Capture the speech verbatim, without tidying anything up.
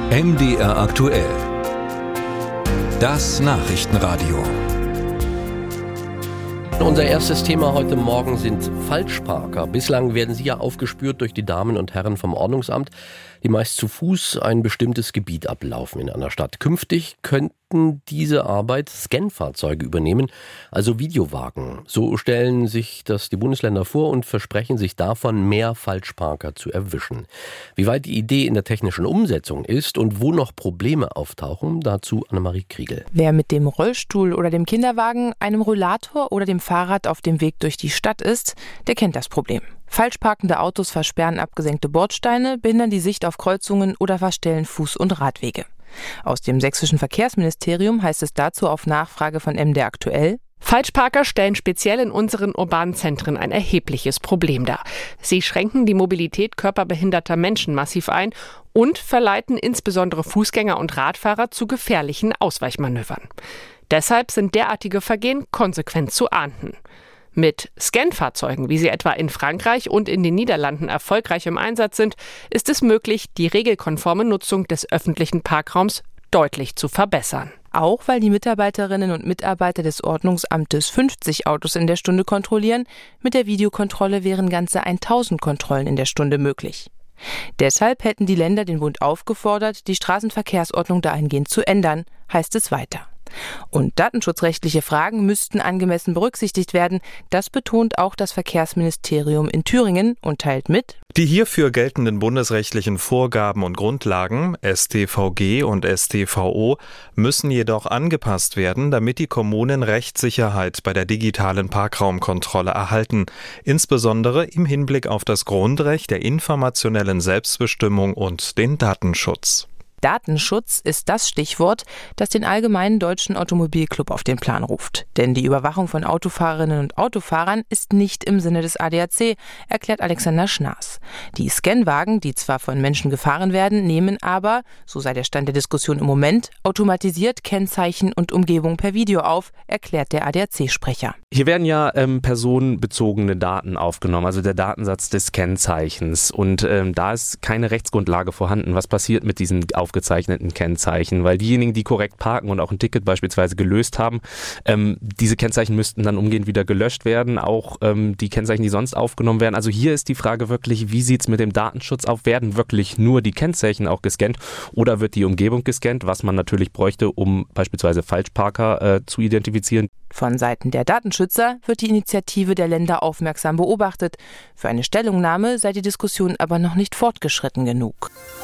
M D R aktuell. Das Nachrichtenradio. Unser erstes Thema heute Morgen sind Falschparker. Bislang werden sie ja aufgespürt durch die Damen und Herren vom Ordnungsamt, die meist zu Fuß ein bestimmtes Gebiet ablaufen in einer Stadt. Künftig könnten diese Arbeit Scan-Fahrzeuge übernehmen, also Videowagen. So stellen sich das die Bundesländer vor und versprechen sich davon, mehr Falschparker zu erwischen. Wie weit die Idee in der technischen Umsetzung ist und wo noch Probleme auftauchen, dazu Annemarie Kriegel. Wer mit dem Rollstuhl oder dem Kinderwagen, einem Rollator oder dem Fahrrad auf dem Weg durch die Stadt ist, der kennt das Problem. Falsch parkende Autos versperren abgesenkte Bordsteine, behindern die Sicht auf Kreuzungen oder verstellen Fuß- und Radwege. Aus dem sächsischen Verkehrsministerium heißt es dazu auf Nachfrage von M D R aktuell: Falschparker stellen speziell in unseren urbanen Zentren ein erhebliches Problem dar. Sie schränken die Mobilität körperbehinderter Menschen massiv ein und verleiten insbesondere Fußgänger und Radfahrer zu gefährlichen Ausweichmanövern. Deshalb sind derartige Vergehen konsequent zu ahnden. Mit Scan-Fahrzeugen, wie sie etwa in Frankreich und in den Niederlanden erfolgreich im Einsatz sind, ist es möglich, die regelkonforme Nutzung des öffentlichen Parkraums deutlich zu verbessern. Auch weil die Mitarbeiterinnen und Mitarbeiter des Ordnungsamtes fünfzig Autos in der Stunde kontrollieren, mit der Videokontrolle wären ganze tausend Kontrollen in der Stunde möglich. Deshalb hätten die Länder den Bund aufgefordert, die Straßenverkehrsordnung dahingehend zu ändern, heißt es weiter. Und datenschutzrechtliche Fragen müssten angemessen berücksichtigt werden. Das betont auch das Verkehrsministerium in Thüringen und teilt mit: Die hierfür geltenden bundesrechtlichen Vorgaben und Grundlagen, S t V G und S t V O, müssen jedoch angepasst werden, damit die Kommunen Rechtssicherheit bei der digitalen Parkraumkontrolle erhalten, insbesondere im Hinblick auf das Grundrecht der informationellen Selbstbestimmung und den Datenschutz. Datenschutz ist das Stichwort, das den Allgemeinen Deutschen Automobilclub auf den Plan ruft. Denn die Überwachung von Autofahrerinnen und Autofahrern ist nicht im Sinne des A D A C, erklärt Alexander Schnaas. Die Scanwagen, die zwar von Menschen gefahren werden, nehmen aber, so sei der Stand der Diskussion im Moment, automatisiert Kennzeichen und Umgebung per Video auf, erklärt der A D A C-Sprecher. Hier werden ja ähm, personenbezogene Daten aufgenommen, also der Datensatz des Kennzeichens. Und ähm, da ist keine Rechtsgrundlage vorhanden. Was passiert mit diesen aufgezeichneten Kennzeichen? Weil diejenigen, die korrekt parken und auch ein Ticket beispielsweise gelöst haben, ähm, diese Kennzeichen müssten dann umgehend wieder gelöscht werden, auch ähm, die Kennzeichen, die sonst aufgenommen werden. Also hier ist die Frage wirklich, wie sieht es mit dem Datenschutz auf? Werden wirklich nur die Kennzeichen auch gescannt oder wird die Umgebung gescannt, was man natürlich bräuchte, um beispielsweise Falschparker äh, zu identifizieren? Von Seiten der Datenschützer wird die Initiative der Länder aufmerksam beobachtet. Für eine Stellungnahme sei die Diskussion aber noch nicht fortgeschritten genug.